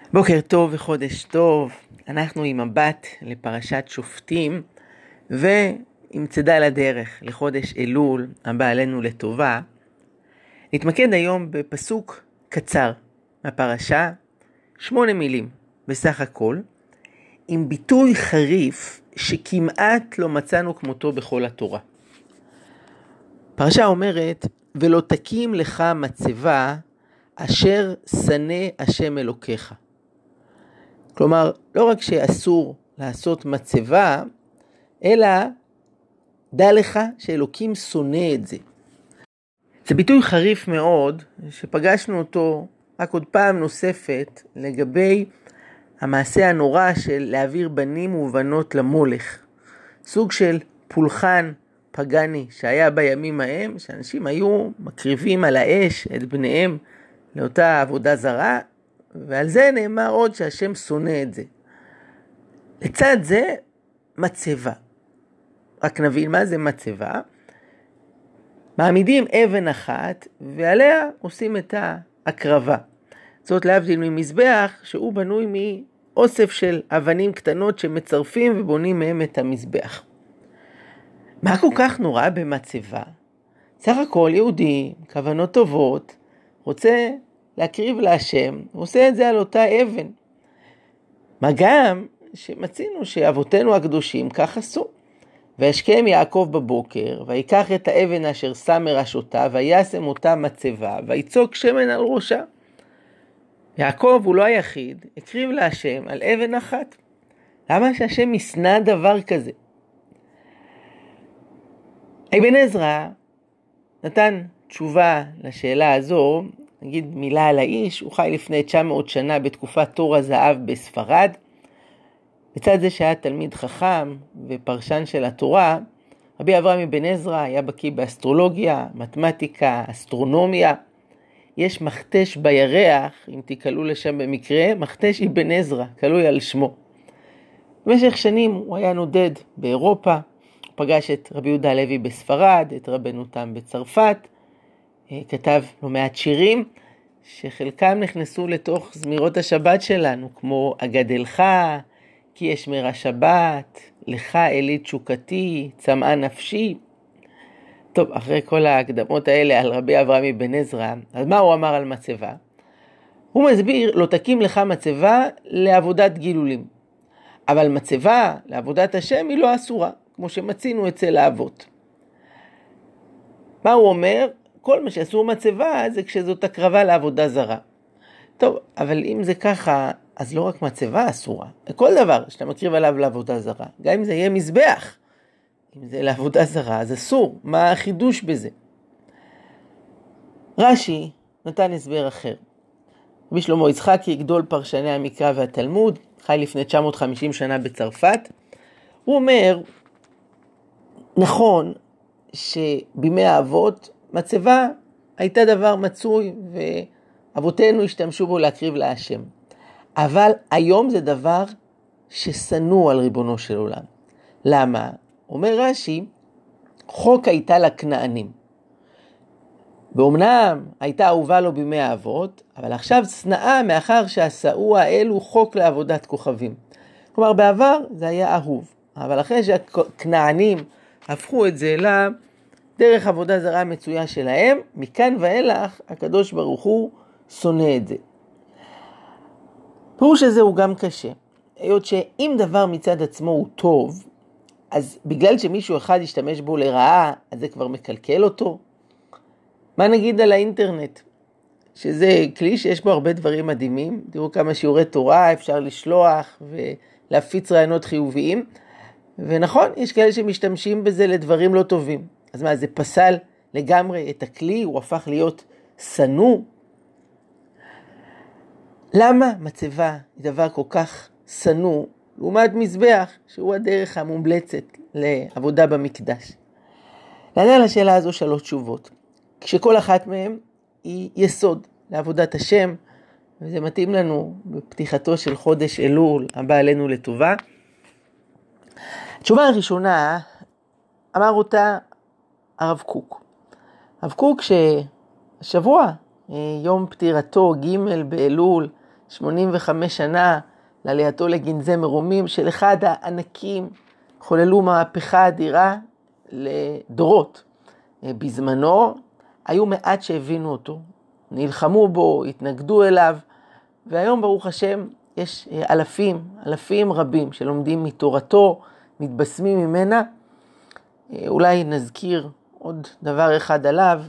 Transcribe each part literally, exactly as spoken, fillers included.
בוקר טוב וחודש טוב, אנחנו עם מבט לפרשת שופטים ועם צידה לדרך לחודש אלול הבא עלינו לטובה. נתמקד היום בפסוק קצר מהפרשה, שמונה מילים בסך הכל, עם ביטוי חריף שכמעט לא מצאנו כמותו בכל התורה. פרשה אומרת, ולא תקים לך מצבה אשר שנא השם אלוקיך. כלומר, לא רק שאסור לעשות מצבה, אלא דע לך שאלוקים שונא את זה. זה ביטוי חריף מאוד, שפגשנו אותו רק עוד פעם נוספת, לגבי המעשה הנורא של להעביר בנים ובנות למולך. סוג של פולחן פגני שהיה בימים ההם, שאנשים היו מקריבים על האש את בניהם לאותה עבודה זרה, ועל זה נאמר עוד שהשם שונא את זה. לצד זה מצבה. רק נבין מה זה מצבה. מעמידים אבן אחת ועליה עושים את ההקרבה. זאת להבדיל ממזבח שהוא בנוי מאוסף של אבנים קטנות שמצרפים ובונים מהם את המזבח. מה כל כך נורא במצבה? סך הכל יהודי, כוונות טובות, רוצה להקריב להשם, הוא עושה את זה על אותה אבן. מה גם שמצינו שאבותינו הקדושים כך עשו. וישכם יעקב בבוקר, ויקח את האבן אשר שם מראשותה, וישם אותה מצבה, ויצוק שמן על ראשה. יעקב הוא לא היחיד, הקריב להשם על אבן אחת. למה שהשם ישנא דבר כזה? אבן עזרא נתן תשובה לשאלה הזו, נגיד מילה על האיש, הוא חי לפני תשע מאות שנה בתקופת תור הזהב בספרד. בצד זה שהיה תלמיד חכם ופרשן של התורה, רבי אברהם אבן עזרא היה בקיא באסטרולוגיה, מתמטיקה, אסטרונומיה. יש מכתש בירח, אם תיקלו לשם במקרה, מכתש אבן עזרא, קלוי על שמו. במשך שנים הוא היה נודד באירופה, הוא פגש את רבי יהודה הלוי בספרד, את רבנו תם בצרפת, כתב לא מעט שירים, שחלקם נכנסו לתוך זמירות השבת שלנו, כמו אגדלך, כי אשמר השבת, לך אלי תשוקתי, צמאה נפשי. טוב, אחרי כל ההקדמות האלה על רבי אברהם אבן עזרא, אז מה הוא אמר על מצבה? הוא מסביר, לא תקים לך מצבה לעבודת גילולים. אבל מצבה לעבודת השם היא לא אסורה, כמו שמצינו אצל האבות. מה הוא אומר? כל מה שאסור מצבה זה כשזאת הקרבה לעבודה זרה. טוב, אבל אם זה ככה, אז לא רק מצבה אסורה. כל דבר שאתה מקריב עליו לעבודה זרה, גם אם זה יהיה מזבח, אם זה לעבודה זרה, אז אסור. מה החידוש בזה? רש"י נתן הסבר אחר. רבי שלמה יצחקי, גדול פרשני המקרא והתלמוד, חי לפני תשע מאות וחמישים שנה בצרפת. הוא אומר, נכון שבימי האבות מצבה הייתה דבר מצוי ואבותינו השתמשו בו להקריב להשם. אבל היום זה דבר ששנוא על ריבונו של עולם. למה? אומר רש"י, חוק הייתה לכנענים. באומנם הייתה אהובה לו בימי האבות, אבל עכשיו שנאה מאחר שעשאו האלו חוק לעבודת כוכבים. כלומר בעבר זה היה אהוב, אבל אחרי שהכנענים הפכו את זה לדרך עבודה זרה מצויה שלהם, מכאן ואילך הקדוש ברוך הוא שונא את זה. פירוש הזה הוא גם קשה, היות שאם דבר מצד עצמו הוא טוב, אז בגלל שמישהו אחד ישתמש בו לרעה, אז זה כבר מקלקל אותו. מה נגיד על האינטרנט? שזה כלי שיש בו הרבה דברים מדהימים, תראו כמה שיעורי תורה אפשר לשלוח ולהפיץ רעיונות חיוביים, ונכון, יש כאלה שמשתמשים בזה לדברים לא טובים. אז מה, זה פסל לגמרי את הכלי, הוא הפך להיות שנוא? למה מצבה היא דבר כל כך שנוא, לעומת מזבח, שהוא הדרך המומלצת לעבודה במקדש? לענה לשאלה הזו שלוש תשובות, כשכל אחת מהן היא יסוד לעבודת השם, וזה מתאים לנו בפתיחתו של חודש אלול הבא עלינו לטובה. התשובה הראשונה, אמר אותה הרב קוק. הרב קוק שהשבוע, יום פטירתו ג' באלול, שמונים וחמש שנה לעלייתו לגנזי מרומים של אחד הענקים, חוללו מהפכה אדירה לדורות. בזמנו היו מעט שהבינו אותו, נלחמו בו, התנגדו אליו, והיום ברוך השם יש אלפים, אלפים רבים שלומדים מתורתו, מתבשמים ממנה. אולי נזכיר עוד דבר אחד עליו,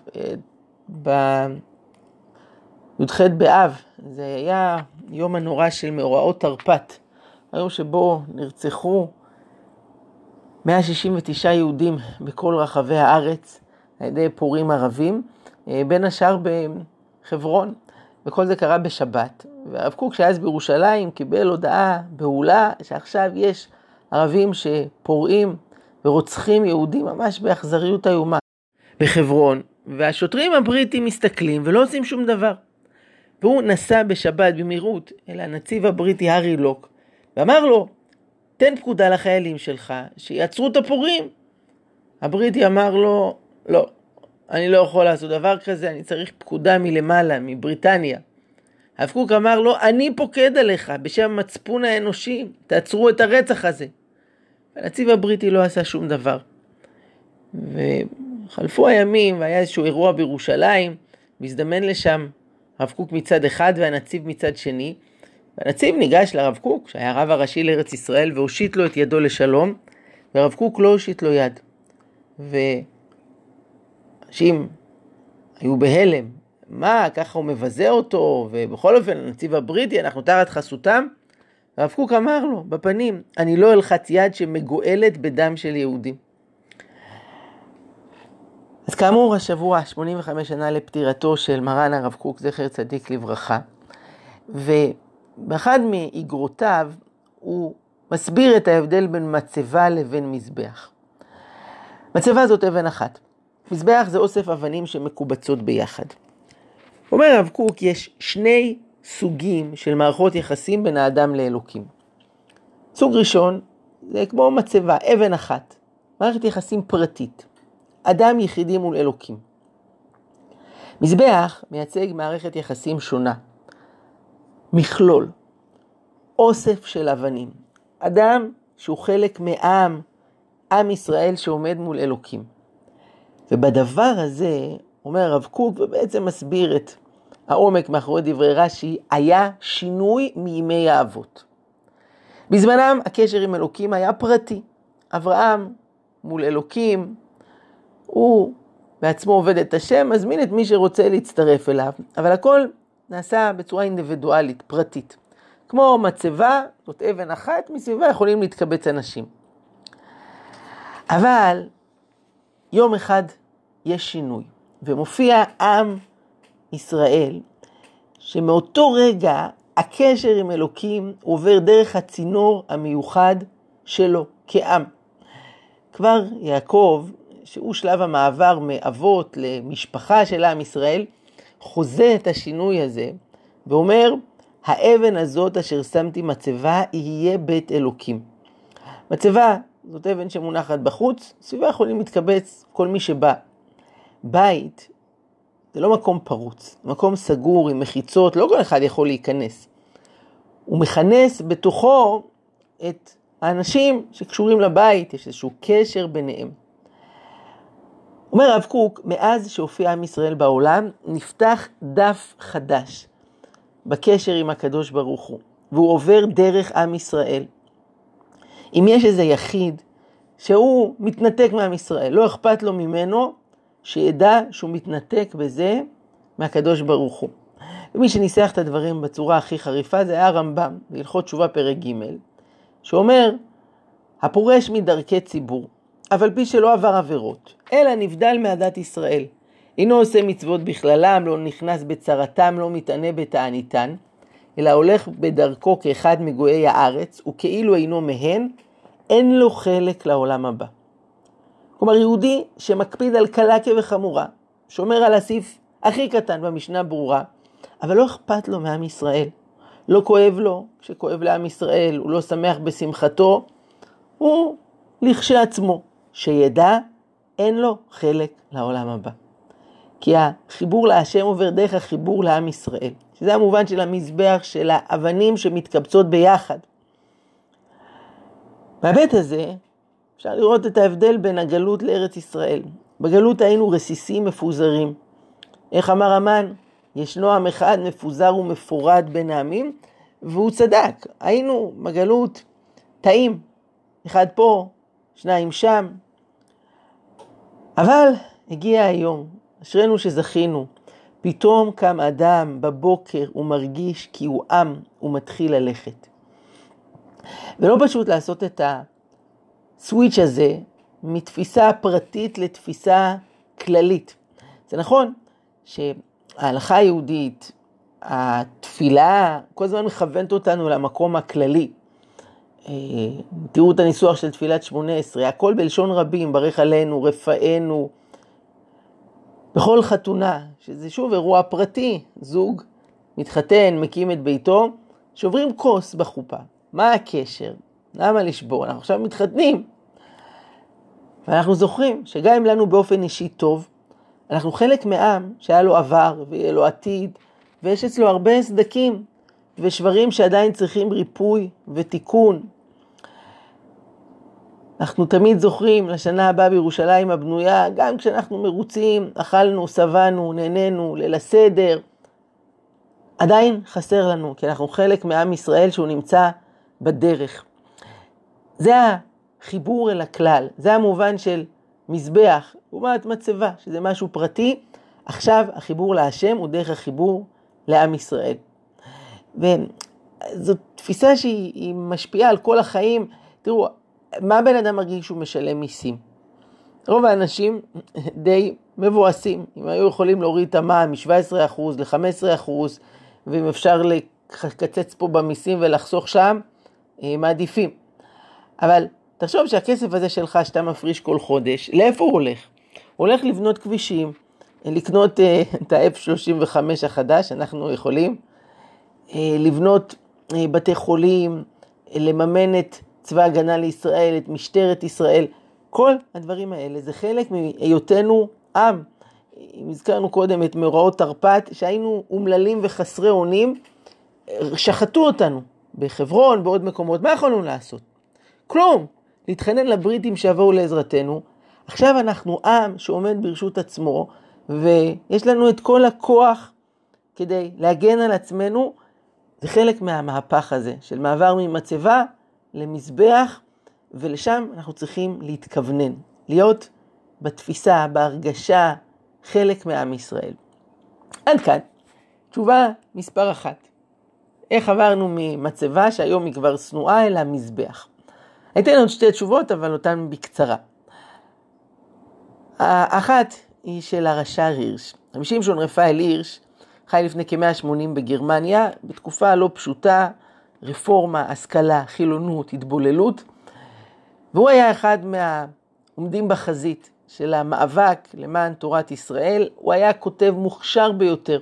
בי"ח באב, זה היה יום הנורא של מאורעות תרפ"ט, היום שבו נרצחו מאה שישים ותשעה יהודים בכל רחבי הארץ על ידי פורעים ערבים, בין השאר בחברון, וכל זה קרה בשבת. והרב קוק שהיה אז בירושלים קיבל הודעה בהולה שעכשיו יש ערבים שפורעים ורוצחים יהודים ממש באכזריות איומה בחברון, והשוטרים הבריטים מסתכלים ולא עושים שום דבר. והוא נסע בשבת במהירות אל הנציב הבריטי הארי לוק ואמר לו, תן פקודה לחיילים שלך שיעצרו את הפורעים. הבריטי אמר לו, לא, אני לא יכול לעשות דבר כזה, אני צריך פקודה מלמעלה, מבריטניה. הרב קוק אמר לו, אני פוקד עליך בשם המצפון האנושי, תעצרו את הרצח הזה. הנציב הבריטי לא עשה שום דבר. וחלפו הימים והיה איזשהו אירוע בירושלים, והזדמן לשם הרב קוק מצד אחד והנציב מצד שני. והנציב ניגש לרב קוק, שהיה הרב הראשי לארץ ישראל, והושיט לו את ידו לשלום, והרב קוק לא הושיט לו יד. ואנשים היו בהלם, מה, ככה הוא מבזה אותו, ובכל אופן הנציב הבריטי, אנחנו תחת חסותם. הרב קוק אמר לו בפנים, אני לא אלחץ יד שמגואלת בדם של יהודים. אז כאמור, השבוע שמונים וחמש שנה לפטירתו של מרן הרב קוק, זכר צדיק לברכה, ובאחד מאיגרותיו הוא מסביר את ההבדל בין מצבה לבין מזבח. מצבה זאת אבן אחת, מזבח זה אוסף אבנים שמקובצות ביחד. אומר הרב קוק, יש שני סוגים של מערכות יחסים בין האדם לאלוקים. סוג ראשון זה כמו מצבה, אבן אחת, מערכת יחסים פרטית, אדם יחידי מול אלוקים. מזבח מייצג מערכת יחסים שונה, מכלול, אוסף של אבנים, אדם שהוא חלק מעם, עם ישראל שעומד מול אלוקים. ובדבר הזה אומר הרב קוק, ובעצם מסביר את העומק מאחורי דברי רש"י, היה שינוי מימי האבות. בזמנם הקשר עם אלוקים היה פרטי. אברהם מול אלוקים, הוא בעצמו עובד את השם, מזמין את מי שרוצה להצטרף אליו, אבל הכל נעשה בצורה אינדיבידואלית, פרטית. כמו מצבה, זאת אבן אחת, מסביבה יכולים להתקבץ אנשים. אבל יום אחד יש שינוי, ומופיע עם ישראל, שמאותו רגע הקשר עם אלוקים עובר דרך הצינור המיוחד שלו כעם. כבר יעקב, שהוא שלב המעבר מאבות למשפחה של עם ישראל, חוזה את השינוי הזה ואומר, האבן הזאת אשר שמתי מצבה יהיה בית אלוקים. מצבה זאת אבן שמונחת בחוץ, סביבה יכולים להתקבץ כל מי שבא. בית זה לא מקום פרוץ, מקום סגור עם מחיצות, לא כל אחד יכול להיכנס. הוא מכנס בתוכו את האנשים שקשורים לבית, יש איזשהו קשר ביניהם. אומר הרב קוק, מאז שהופיע עם ישראל בעולם, נפתח דף חדש בקשר עם הקדוש ברוך הוא, והוא עובר דרך עם ישראל. אם יש איזה יחיד שהוא מתנתק מעם ישראל, לא אכפת לו ממנו, שידע שהוא מתנתק בזה מהקדוש ברוך הוא. ומי שניסח את הדברים בצורה הכי חריפה זה היה הרמב"ם, בהלכות תשובה פרק ג', שאומר, הפורש מדרכי ציבור, אף על פי שלא עבר עבירות, אלא נבדל מעדת ישראל, אינו עושה מצוות בכללם, לא נכנס בצרתם, לא מתענה בתעניתן, אלא הולך בדרכו כאחד מגויי הארץ, וכאילו אינו מהן, אין לו חלק לעולם הבא. כלומר, יהודי שמקפיד על קלה כבחמורה, שומר על הסעיף הכי קטן במשנה ברורה, אבל לא אכפת לו מעם ישראל. לא כואב לו, כשכואב לעם ישראל, הוא לא שמח בשמחתו, הוא לכשעצמו, שידע אין לו חלק לעולם הבא. כי החיבור להשם עובר דרך החיבור לעם ישראל, שזה המובן של המזבח, של האבנים שמתקבצות ביחד. בהיבט הזה אפשר לראות את ההבדל בין הגלות לארץ ישראל. בגלות היינו רסיסים מפוזרים. איך אמר המן? ישנו עם אחד מפוזר ומפורד בין העמים, והוא צדק. היינו בגלות תאים, אחד פה, שניים שם. אבל הגיע היום, אשרנו שזכינו, פתאום קם אדם בבוקר ומרגיש כי הוא עם ומתחיל ללכת. ולא פשוט לעשות את הסוויץ' הזה מתפיסה פרטית לתפיסה כללית. זה נכון שההלכה היהודית, התפילה, כל הזמן מכוונת אותנו למקום הכללי. תראו את הניסוח של תפילת שמונה עשרה, הכל בלשון רבים, ברך עלינו, רפאנו, בכל חתונה, שזה שוב אירוע פרטי, זוג מתחתן, מקים את ביתו, שוברים כוס בחופה. מה הקשר? למה לשבור? אנחנו עכשיו מתחתנים. ואנחנו זוכרים שגם אם לנו באופן אישי טוב, אנחנו חלק מעם שהיה לו עבר ויהיה לו עתיד, ויש אצלו הרבה סדקים ושברים שעדיין צריכים ריפוי ותיקון. אנחנו תמיד זוכרים לשנה הבאה בירושלים הבנויה, גם כשאנחנו מרוצים, אכלנו, סבנו, נהנינו, ליל הסדר, עדיין חסר לנו, כי אנחנו חלק מעם ישראל שהוא נמצא בדרך. זה החיבור אל הכלל, זה המובן של מזבח, לעומת מצבה, שזה משהו פרטי. עכשיו החיבור להשם הוא דרך החיבור לעם ישראל. וזאת תפיסה שהיא משפיעה על כל החיים. תראו, מה בן אדם מרגיש שהוא משלם מיסים? רוב האנשים די מבואסים. אם היו יכולים להוריד את המע"מ מ-שבעה עשר אחוז ל-חמישה עשר אחוז, ואם אפשר לקצץ פה במיסים ולחסוך שם, מעדיפים. אבל תחשוב שהכסף הזה שלך שאתה מפריש כל חודש, לאיפה הוא הולך? הוא הולך לבנות כבישים, לקנות את ה-אף שלושים וחמש החדש, אנחנו יכולים לבנות בתי חולים, לממן את צבא הגנה לישראל, את משטרת ישראל. כל הדברים האלה זה חלק מהיותנו עם. אם הזכרנו קודם את מאורעות תרפ"ט, שהיינו אומללים וחסרי אונים, שחטו אותנו בחברון, בעוד מקומות. מה יכולנו לעשות? כלום. להתחנן לבריטים שיבואו לעזרתנו. עכשיו אנחנו עם שעומד ברשות עצמו, ויש לנו את כל הכוח כדי להגן על עצמנו. זה חלק מהמהפך הזה, של מעבר ממצבה למזבח, ולשם אנחנו צריכים להתכוונן, להיות בתפיסה, בהרגשה, חלק מעם ישראל. עד כאן, תשובה מספר אחת. איך עברנו ממצבה שהיום היא כבר סנועה אל המזבח? הייתן עוד שתי תשובות, אבל אותן בקצרה. האחת היא של הרש"ר הירש. רבי שמשון רפאל הירש חי לפני כ-מאה ושמונים בגרמניה, בתקופה לא פשוטה, רפורמה, השכלה, חילונות, התבוללות. והוא היה אחד מהעומדים בחזית של המאבק למען תורת ישראל. הוא היה כותב מוכשר ביותר,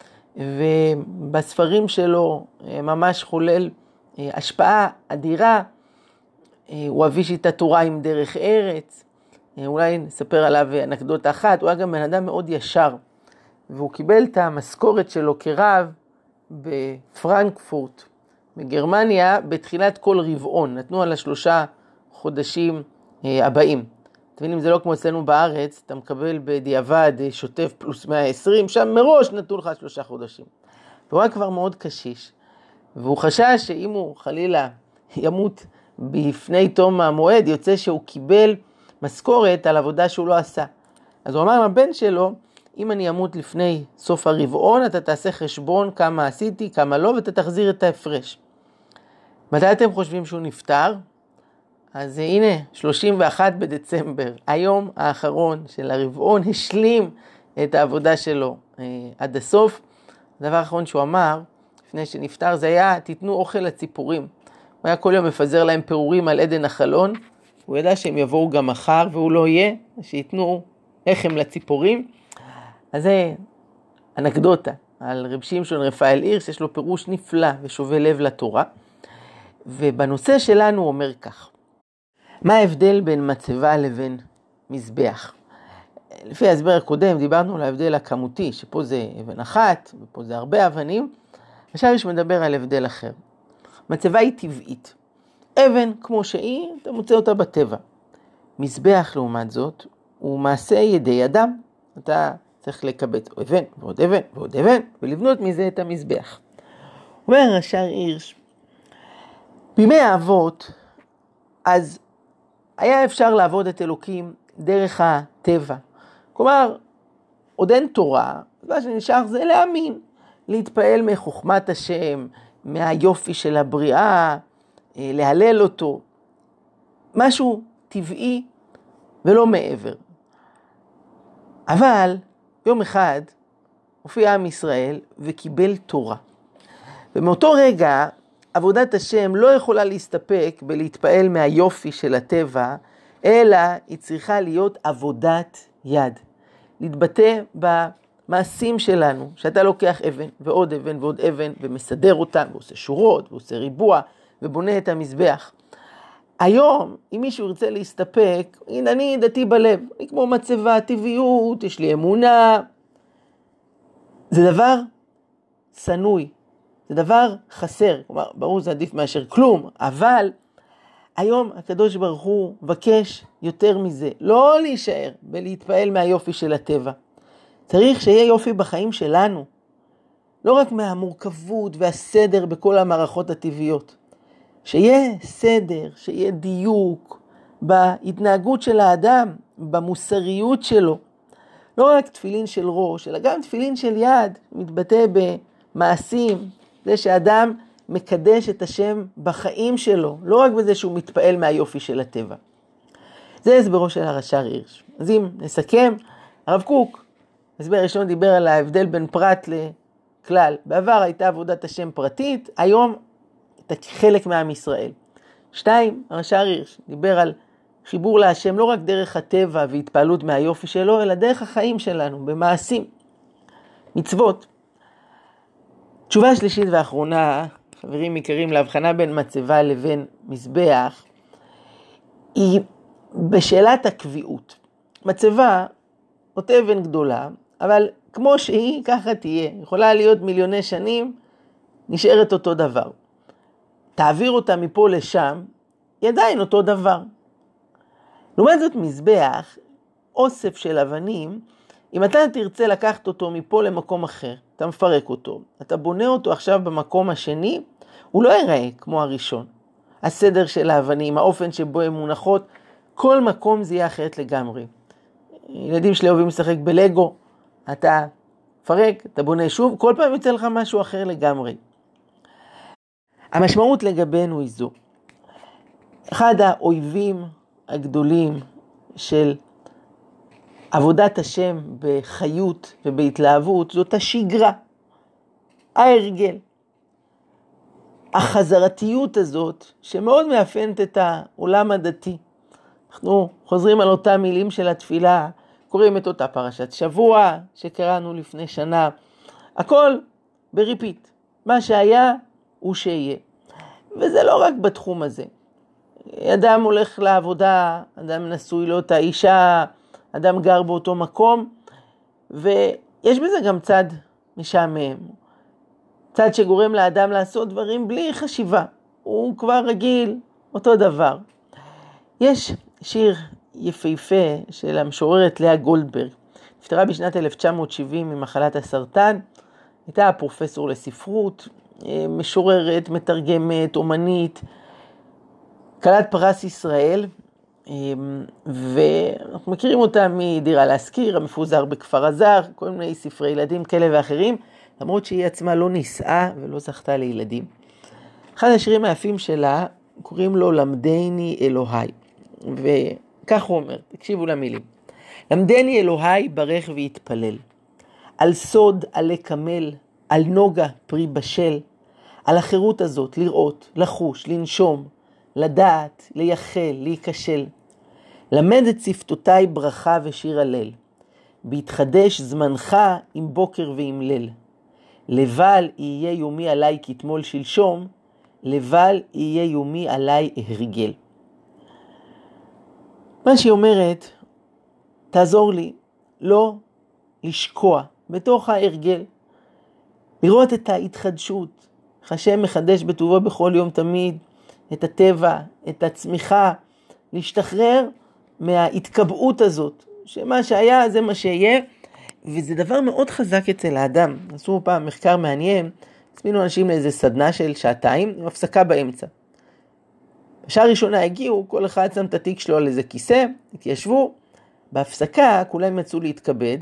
ובספרים שלו ממש חולל השפעה אדירה. הוא אבי שיטת תורה עם דרך ארץ. אולי נספר עליו אנקדוטה אחת. הוא היה גם בן אדם מאוד ישר, והוא קיבל את המשכורת שלו כרב בפרנקפורט, בגרמניה, בתחילת כל רבעון. נתנו על השלושה חודשים הבאים. אתם מבינים, זה לא כמו אצלנו בארץ, אתה מקבל בדיעבד שוטף פלוס מאה ועשרים, שם מראש נתנו לך שלושה חודשים. והוא היה כבר מאוד קשיש, והוא חשש שאם הוא חלילה ימות בפני תום המועד, יוצא שהוא קיבל משכורת על עבודה שהוא לא עשה. אז הוא אמר לבן שלו, אם אני אמות לפני סוף הרבעון, אתה תעשה חשבון כמה עשיתי, כמה לא, ואתה תחזיר את ההפרש. מתי אתם חושבים שהוא נפטר? אז הנה, שלושים ואחד בדצמבר, היום האחרון של הרבעון, השלים את העבודה שלו אה, עד הסוף. הדבר האחרון שהוא אמר, לפני שנפטר, זה היה, תיתנו אוכל לציפורים. הוא היה כל יום מפזר להם פירורים על עדן החלון, הוא ידע שהם יבואו גם מחר, והוא לא יהיה, שיתנו לחם לציפורים. אז זה אנקדוטה על רבי שמשון רפאל הירש, שיש לו פירוש נפלא ושובה לב לתורה. ובנושא שלנו הוא אומר כך, מה ההבדל בין מצבה לבין מזבח? לפי ההסבר הקודם דיברנו על ההבדל הכמותי, שפה זה אבן אחת, ופה זה הרבה אבנים. השאר יש מדבר על הבדל אחר. מצבה היא טבעית. אבן כמו שהיא, אתה מוצא אותה בטבע. מזבח לעומת זאת, הוא מעשה ידי אדם. אתה צריך לקבץ אבן ועוד אבן ועוד אבן, ולבנות מזה את המזבח. אומר השאר הירש, בימי האבות, אז היה אפשר לעבוד את אלוקים דרך הטבע. כלומר, עוד אין תורה, מה שנשאר זה להאמין, להתפעל מחוכמת השם, מהיופי של הבריאה, להלל אותו. משהו טבעי ולא מעבר. אבל יום אחד הופיע עם ישראל וקיבל תורה. ומאותו רגע עבודת השם לא יכולה להסתפק בלהתפעל מהיופי של הטבע, אלא היא צריכה להיות עבודת יד. להתבטא במעשים שלנו, שאתה לוקח אבן ועוד אבן ועוד אבן ומסדר אותם, ועושה שורות ועושה ריבוע ובונה את המזבח. היום, אם מישהו ירצה להסתפק, הנה אני דתי בלב, אני כמו מצבה, טבעיות, יש לי אמונה. זה דבר סנוי, זה דבר חסר, כלומר, ברור זה עדיף מאשר כלום, אבל היום הקדוש ברוך הוא מבקש יותר מזה, לא להישאר ולהתפעל מהיופי של הטבע. צריך שיהיה יופי בחיים שלנו, לא רק מהמורכבות והסדר בכל המערכות הטבעיות. שיהיה סדר, שיהיה דיוק בהתנהגות של האדם, במוסריות שלו. לא רק תפילין של ראש, אלא גם תפילין של יד, מתבטא במעשים. זה שאדם מקדש את השם בחיים שלו, לא רק בזה שהוא מתפעל מהיופי של הטבע. זה הסברו של הרש"ר הירש. אז אם נסכם, הרב קוק, הסבר ראשון דיבר על ההבדל בין פרט לכלל. בעבר הייתה עבודת השם פרטית, היום אתה חלק מעם ישראל. שתיים, הרש"ר הירש דיבר על חיבור להשם לא רק דרך הטבע והתפעלות מהיופי שלו, אלא דרך החיים שלנו, במעשים, מצוות. תשובה שלישית ואחרונה, חברים יקרים, להבחנה בין מצבה לבין מזבח, היא בשאלת הקביעות. מצבה, זאת אבן גדולה, אבל כמו שהיא, ככה תהיה. יכולה להיות מיליוני שנים, נשארת אותו דבר. תעביר אותה מפה לשם, היא עדיין אותו דבר. לעומת זאת מזבח, אוסף של אבנים, אם אתה תרצה לקחת אותו מפה למקום אחר, אתה מפרק אותו, אתה בונה אותו עכשיו במקום השני, הוא לא ייראה כמו הראשון. הסדר של האבנים, האופן שבו הן מונחות, כל מקום זה יהיה אחרת לגמרי. ילדים שלי אוהבים לשחק בלגו, אתה מפרק, אתה בונה שוב, כל פעם יוצא לך משהו אחר לגמרי. המשמעות לגבינו היא זו. אחד האויבים הגדולים של עבודת השם בחיות ובהתלהבות, זאת השגרה, ההרגל. החזרתיות הזאת שמאוד מאפיינת את העולם הדתי. אנחנו חוזרים על אותם מילים של התפילה, קוראים את אותה פרשת שבוע שקראנו לפני שנה. הכל בריפיט. מה שהיה הוא שיהיה. וזה לא רק בתחום הזה. אדם הולך לעבודה, אדם נשוי לאותה אישה, אדם גר באותו מקום, ויש בזה גם צד משעמם. צד שגורם לאדם לעשות דברים בלי חשיבה. הוא כבר רגיל, אותו דבר. יש שיר יפהפה של המשוררת לאה גולדברג. נפטרה בשנת אלף תשע מאות שבעים ממחלת הסרטן. הייתה פרופסור לספרות, משוררת, מתרגמת, אומנית, כלת פרס ישראל, ואנחנו מכירים אותה מדירה להשכיר, המפוזר בכפר הזר, כל מיני ספרי ילדים כאלה ואחרים, למרות שהיא עצמה לא נישאה ולא זכתה לילדים. אחד השירים היפים שלה, קוראים לו למדני אלוהי, וכך הוא אומר, תקשיבו למילים. למדני אלוהי ברך והתפלל, על סוד עלי קמל, על נוגה פרי בשל, על החירות הזאת לראות, לחוש, לנשום, לדעת, לייחל, להיכשל. למד את שפתותיי ברכה ושיר הלל, בהתחדש זמנך עם בוקר ועם ליל. לבל יהיה יומי עליי כתמול שלשום, לבל יהיה יומי עליי הרגל. מה שהיא אומרת, תעזור לי, לא לשקוע בתוך ההרגל, לראות את ההתחדשות, איך השם מחדש בטובו בכל יום תמיד, את הטבע, את הצמיחה, להשתחרר מההתקבעות הזאת, שמה שהיה זה מה שיהיה, וזה דבר מאוד חזק אצל האדם. עשו פעם מחקר מעניין, הזמינו אנשים לאיזה סדנה של שעתיים, עם הפסקה באמצע. בשעה הראשונה הגיעו, כל אחד שם את התיק שלו על איזה כיסא, התיישבו, בהפסקה כולם יצאו להתכבד,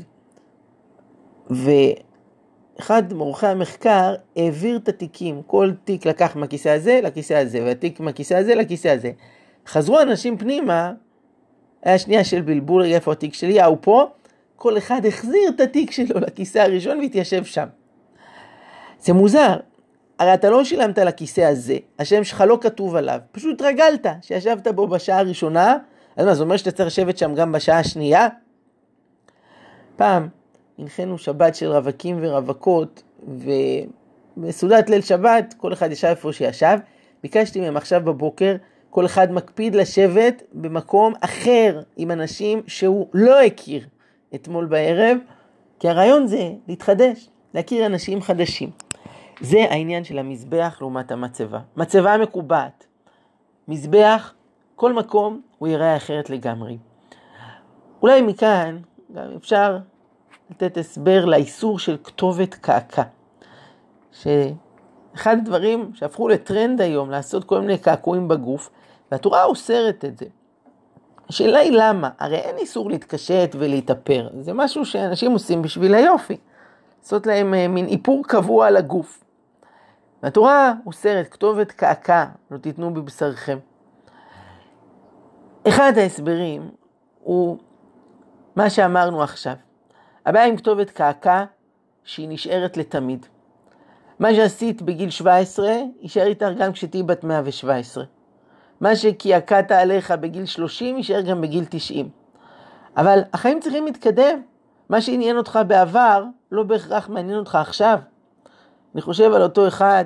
ואחד מעורכי המחקר העביר את התיקים, כל תיק לקח מהכיסא הזה לכיסא הזה, והתיק מהכיסא הזה לכיסא הזה. חזרו אנשים פנימה, היה שנייה של בלבול, רגע איפה התיק שלי, הוא פה, כל אחד החזיר את התיק שלו לכיסא הראשון והתיישב שם. זה מוזר, הרי אתה לא שילמת לכיסא הזה, השם שלך לא כתוב עליו, פשוט רגלת שישבת בו בשעה הראשונה, אז מה, זה אומר שאתה צריך לשבת שם גם בשעה השנייה? פעם הנחנו שבת של רווקים ורווקות, ובסעודת ליל שבת כל אחד ישב איפה שישב, ביקשתי מהם עכשיו בבוקר, כל אחד מקפיד לשבת במקום אחר עם אנשים שהוא לא הכיר אתמול בערב, כי הרעיון זה להתחדש, להכיר אנשים חדשים. זה העניין של המזבח לעומת המצבה. מצבה מקובעת. מזבח, כל מקום הוא ייראה אחרת לגמרי. אולי מכאן גם אפשר לתת הסבר לאיסור של כתובת קעקע. שאחד הדברים שהפכו לטרנד היום לעשות כל מיני קעקועים בגוף, והתורה אוסרת את זה. השאלה היא למה? הרי אין איסור להתקשט ולהתאפר. זה משהו שאנשים עושים בשביל היופי. לעשות להם מין איפור קבוע על הגוף. והתורה אוסרת כתובת קעקע, לא תיתנו בבשרכם. אחד ההסברים הוא מה שאמרנו עכשיו. הבעיה עם כתובת קעקע שהיא נשארת לתמיד. מה שעשית בגיל שבע עשרה יישאר איתך גם כשתהי בת מאה ושבע עשרה. מה שקעקעת עליך בגיל שלושים יישאר גם בגיל תשעים. אבל החיים צריכים להתקדם. מה שעניין אותך בעבר לא בהכרח מעניין אותך עכשיו. אני חושב על אותו אחד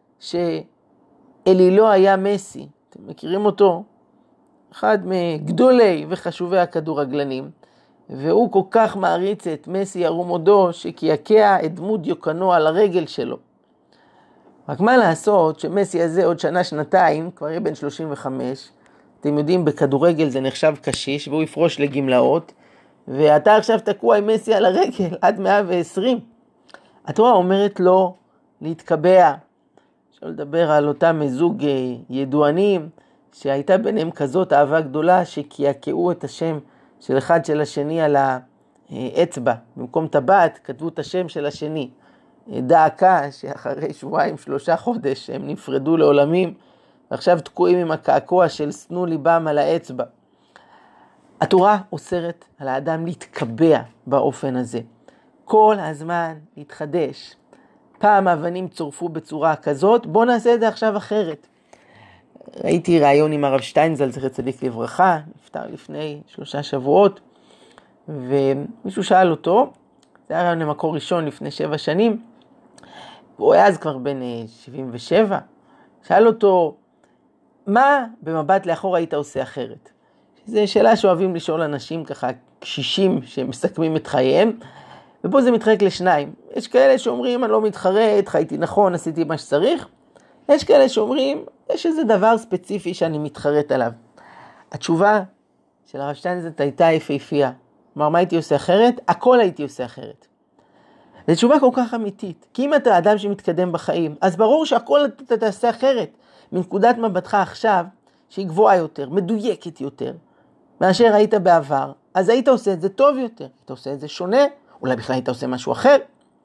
שאלילו היה מסי. אתם מכירים אותו? אחד מגדולי וחשובי הכדורגלנים. והוא כל כך מעריץ את מסי ירום הודו שקעקע את דמות דיוקנו על הרגל שלו. רק מה לעשות שמסי הזה עוד שנה שנתיים כבר יהיה בן שלושים וחמש. אתם יודעים בכדורגל זה נחשב קשיש והוא יפרוש לגמלאות. ואתה עכשיו תקוע עם מסי על הרגל עד מאה ועשרים. התורה אומרת לו להתקבע. אפשר לדבר על אותם מזוג ידוענים שהייתה ביניהם כזאת אהבה גדולה שקעקעו את השם של אחד של השני על האצבע. במקום טבעת כתבו את השם של השני. דאקה שאחרי שבועיים שלושה חודש הם נפרדו לעולמים ועכשיו תקועים עם הקעקוע של סנו ליבם על האצבע. התורה אוסרת על האדם להתקבע באופן הזה. כל הזמן להתחדש. פעם האבנים צורפו בצורה כזאת, בוא נעשה את זה עכשיו אחרת. ראיתי רעיון עם הרב שטיינזל, זכר צדיק לברכה, נפטר לפני שלושה שבועות, ומישהו שאל אותו, זה היה רעיון למקור ראשון לפני שבע שנים, והוא היה אז כבר בן שבעים ושבע, שאל אותו, מה במבט לאחור היית עושה אחרת? זו שאלה שאוהבים לשאול אנשים ככה, קשישים שמסכמים את חייהם, ופה זה מתחלק לשניים. יש כאלה שאומרים, אני לא מתחרט, חייתי נכון, עשיתי מה שצריך. יש כאלה שאומרים, יש איזה דבר ספציפי שאני מתחרט עליו. התשובה של הרב שטיינזל הייתה יפהפייה. כלומר, מה הייתי עושה אחרת? הכל הייתי עושה אחרת. זו תשובה כל כך אמיתית. כי אם אתה אדם שמתקדם בחיים, אז ברור שהכל אתה תעשה אחרת. מנקודת מבטך עכשיו, שהיא גבוהה יותר, מדויקת יותר, מאשר היית בעבר, אז היית עושה את זה טוב יותר. היית עושה את זה שונה, אולי בכלל היית עושה משהו אחר.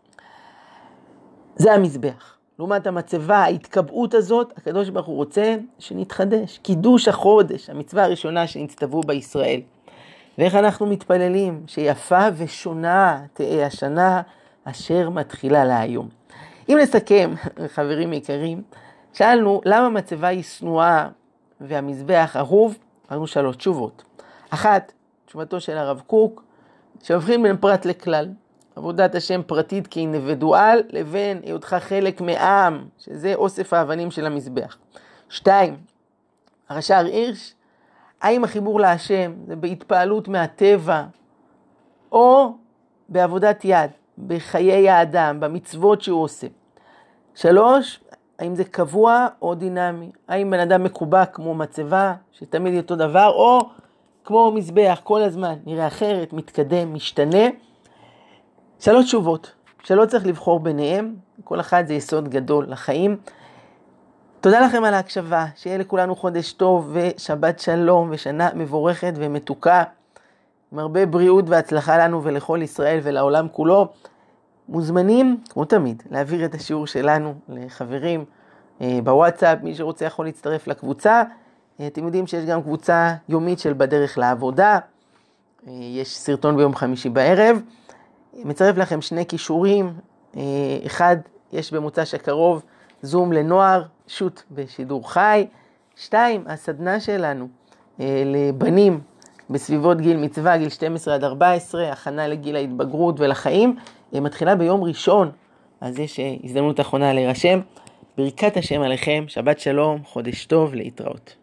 זה המזבח. לעומת המצבה, ההתקבעות הזאת, הקדוש ברוך הוא רוצה שנתחדש. קידוש החודש, המצווה הראשונה שנצטוו בישראל. ואיך אנחנו מתפללים שיפה ושונה תהיה השנה אשר מתחילה להיום. אם נסכם, חברים יקרים, שאלנו למה מצבה היא שנואה והמזבח אהוב, אמרנו שלוש תשובות. אחת, תשובתו של הרב קוק, שמבחין בין פרט לכלל. עבודת השם פרטית כאינדיבידואל, לבין היותך חלק מעם, שזה אוסף האבנים של המזבח. שתיים, הרש"ר הירש, האם החיבור להשם זה בהתפעלות מהטבע, או בעבודת יד, בחיי האדם, במצוות שהוא עושה. שלוש, האם זה קבוע או דינמי? האם בן אדם מקובע כמו מצבה, שתמיד אותו דבר, או כמו מזבח, כל הזמן נראה אחרת, מתקדם, משתנה. שלוש תשובות, שלא צריך לבחור ביניהם, כל אחד זה יסוד גדול לחיים. תודה לכם על ההקשבה, שיהיה לכולנו חודש טוב ושבת שלום ושנה מבורכת ומתוקה, עם הרבה בריאות והצלחה לנו ולכל ישראל ולעולם כולו. מוזמנים, כמו תמיד, להעביר את השיעור שלנו לחברים בוואטסאפ, מי שרוצה יכול להצטרף לקבוצה. אתם יודעים שיש גם קבוצה יומית של בדרך לעבודה, יש סרטון ביום חמישי בערב. מצרף לכם שני קישורים, אחד, יש במוצ"ש הקרוב זום לנוער, שוט בשידור חי. שתיים, הסדנה שלנו לבנים בסביבות גיל מצווה, גיל שתים עשרה עד ארבע עשרה, הכנה לגיל ההתבגרות ולחיים, מתחילה ביום ראשון, אז יש הזדמנות אחרונה להירשם. ברכת השם עליכם, שבת שלום, חודש טוב, להתראות.